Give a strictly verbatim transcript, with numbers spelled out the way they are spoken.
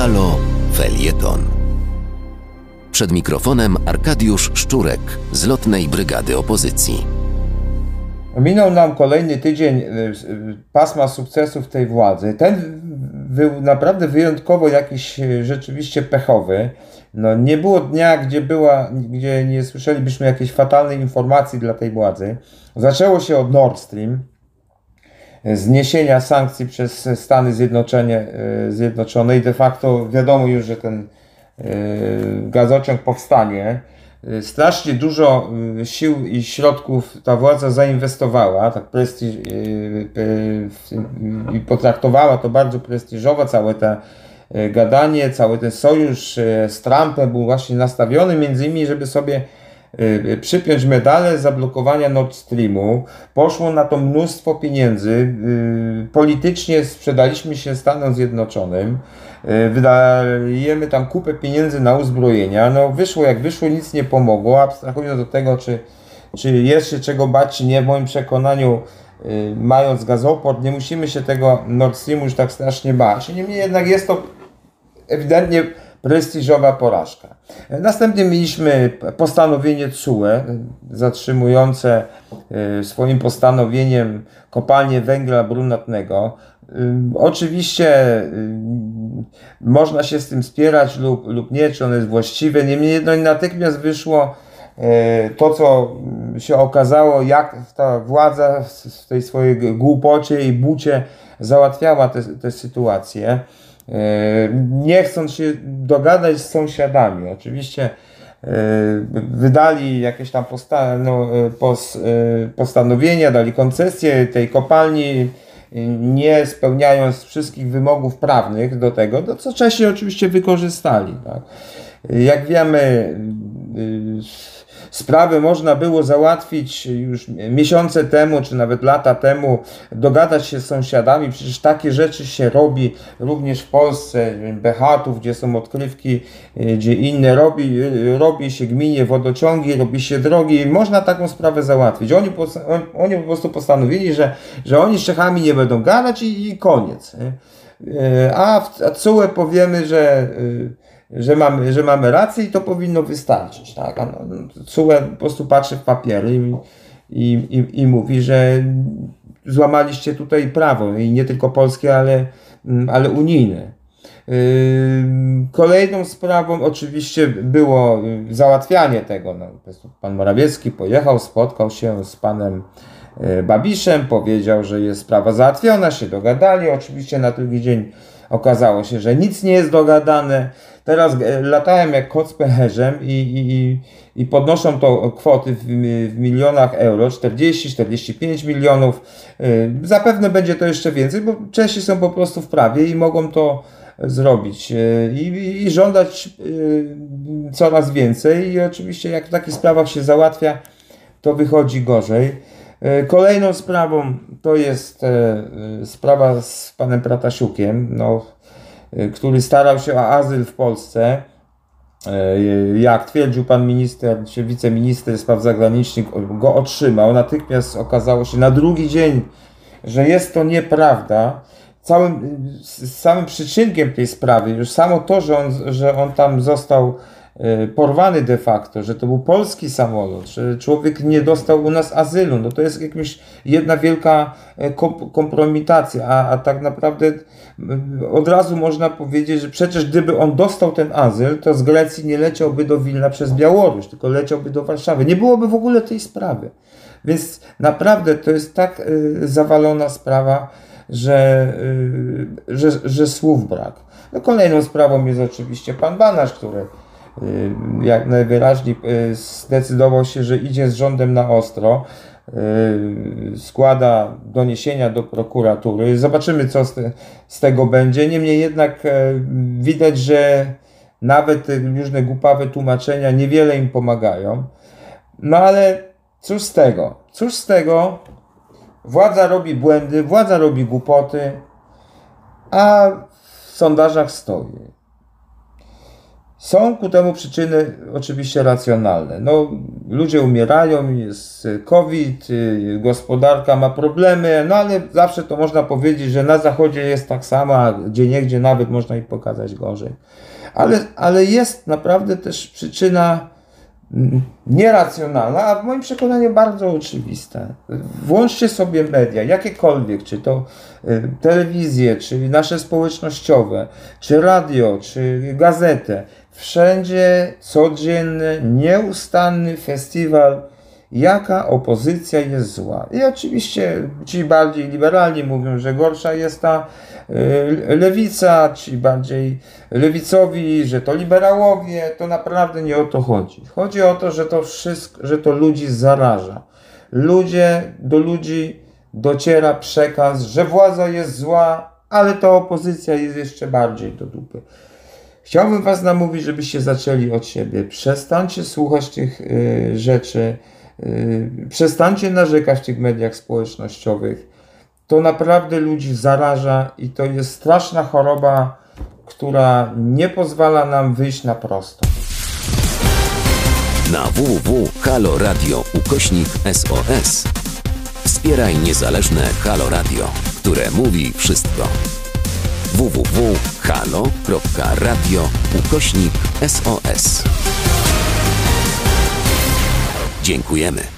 Halo Felieton. Przed mikrofonem Arkadiusz Szczurek z Lotnej Brygady Opozycji. Minął nam kolejny tydzień pasma sukcesów tej władzy. Ten był naprawdę wyjątkowo jakiś rzeczywiście pechowy. No, nie było dnia, gdzie, była, gdzie nie słyszelibyśmy jakiejś fatalnej informacji dla tej władzy. Zaczęło się od Nord Stream, zniesienia sankcji przez Stany Zjednoczone, Zjednoczone i de facto wiadomo już, że ten gazociąg powstanie. Strasznie dużo sił i środków ta władza zainwestowała, tak prestiż, i potraktowała to bardzo prestiżowo, całe to gadanie, cały ten sojusz z Trumpem był właśnie nastawiony między innymi, żeby sobie przypiąć medale zablokowania Nord Streamu. Poszło na to mnóstwo pieniędzy. Politycznie sprzedaliśmy się Stanom Zjednoczonym. Wydajemy tam kupę pieniędzy na uzbrojenia. No wyszło jak wyszło, nic nie pomogło. Abstrahując do tego, czy, czy jest się czego bać, czy nie, w moim przekonaniu, mając gazoport, nie musimy się tego Nord Streamu już tak strasznie bać. Niemniej jednak jest to ewidentnie prestiżowa porażka. Następnie mieliśmy postanowienie T S U E zatrzymujące swoim postanowieniem kopalnię węgla brunatnego. Oczywiście można się z tym spierać lub, lub nie, czy ono jest właściwe. Niemniej jednak natychmiast wyszło to, co się okazało, jak ta władza w tej swojej głupocie i bucie załatwiała tę sytuację. Nie chcąc się dogadać z sąsiadami. Oczywiście wydali jakieś tam posta no, pos postanowienia, dali koncesję tej kopalni, nie spełniając wszystkich wymogów prawnych do tego, no, co Czesi oczywiście wykorzystali. Tak? Jak wiemy, sprawy można było załatwić już miesiące temu, czy nawet lata temu, dogadać się z sąsiadami. Przecież takie rzeczy się robi również w Polsce, Behatów, gdzie są odkrywki, gdzie inne robi, robi się gminie wodociągi, robi się drogi. Można taką sprawę załatwić. Oni, oni po prostu postanowili, że, że oni z Czechami nie będą gadać i, i koniec. A w T S U E powiemy, że Że mamy, że mamy rację i to powinno wystarczyć. Tak? A no, T S U E po prostu patrzy w papiery i, i, i, i mówi, że złamaliście tutaj prawo i nie tylko polskie, ale, ale unijne. Kolejną sprawą oczywiście było załatwianie tego. No, pan Morawiecki pojechał, spotkał się z panem Babiszem, powiedział, że jest sprawa załatwiona, się dogadali. Oczywiście na drugi dzień okazało się, że nic nie jest dogadane. Teraz latają jak kot z pęcherzem i, i, i podnoszą to kwoty w, w milionach euro, czterdzieści czterdzieści pięć milionów. Zapewne będzie to jeszcze więcej, bo Czesi są po prostu w prawie i mogą to zrobić i, i żądać coraz więcej. I oczywiście jak w takich sprawach się załatwia, to wychodzi gorzej. Kolejną sprawą to jest sprawa z panem Pratasiukiem, no, który starał się o azyl w Polsce. Jak twierdził pan minister, czy wiceminister spraw zagranicznych, go otrzymał. Natychmiast okazało się na drugi dzień, że jest to nieprawda. Całym, samym przyczynkiem tej sprawy, już samo to, że on, że on tam został porwany de facto, że to był polski samolot, że człowiek nie dostał u nas azylu, no to jest jakaś jedna wielka kompromitacja, a, a tak naprawdę od razu można powiedzieć, że przecież gdyby on dostał ten azyl, to z Grecji nie leciałby do Wilna przez Białoruś, tylko leciałby do Warszawy. Nie byłoby w ogóle tej sprawy. Więc naprawdę to jest tak y, zawalona sprawa, że, y, że, że słów brak. No, kolejną sprawą jest oczywiście pan Banaś, który jak najwyraźniej zdecydował się, że idzie z rządem na ostro, składa doniesienia do prokuratury. Zobaczymy, co z, te, z tego będzie. Niemniej jednak widać, że nawet różne głupawe tłumaczenia niewiele im pomagają. No ale cóż z tego? Cóż z tego? Władza robi błędy, władza robi głupoty, a w sondażach stoi. Są ku temu przyczyny oczywiście racjonalne. No, ludzie umierają, jest COVID, gospodarka ma problemy, no ale zawsze to można powiedzieć, że na zachodzie jest tak samo, a gdzieniegdzie nawet można ich pokazać gorzej. Ale, ale jest naprawdę też przyczyna nieracjonalna, a w moim przekonaniu bardzo oczywista. Włączcie sobie media, jakiekolwiek, czy to y, telewizję, czy nasze społecznościowe, czy radio, czy gazetę. Wszędzie codzienny, nieustanny festiwal, jaka opozycja jest zła. I oczywiście ci bardziej liberalni mówią, że gorsza jest ta y, lewica, ci bardziej lewicowi, że to liberałowie. To naprawdę nie o to chodzi. Chodzi o to, że to wszystko, że to ludzi zaraża. Ludzie, do ludzi dociera przekaz, że władza jest zła, ale ta opozycja jest jeszcze bardziej do dupy. Chciałbym was namówić, żebyście zaczęli od siebie. Przestańcie słuchać tych y, rzeczy. Yy, przestańcie narzekać w tych mediach społecznościowych. To naprawdę ludzi zaraża i to jest straszna choroba, która nie pozwala nam wyjść na prosto. Na w w w kropka halo radio ukośnik S O S wspieraj niezależne Halo Radio, które mówi wszystko. w w w kropka halo kropka radio ukośnik S O S. Dziękujemy.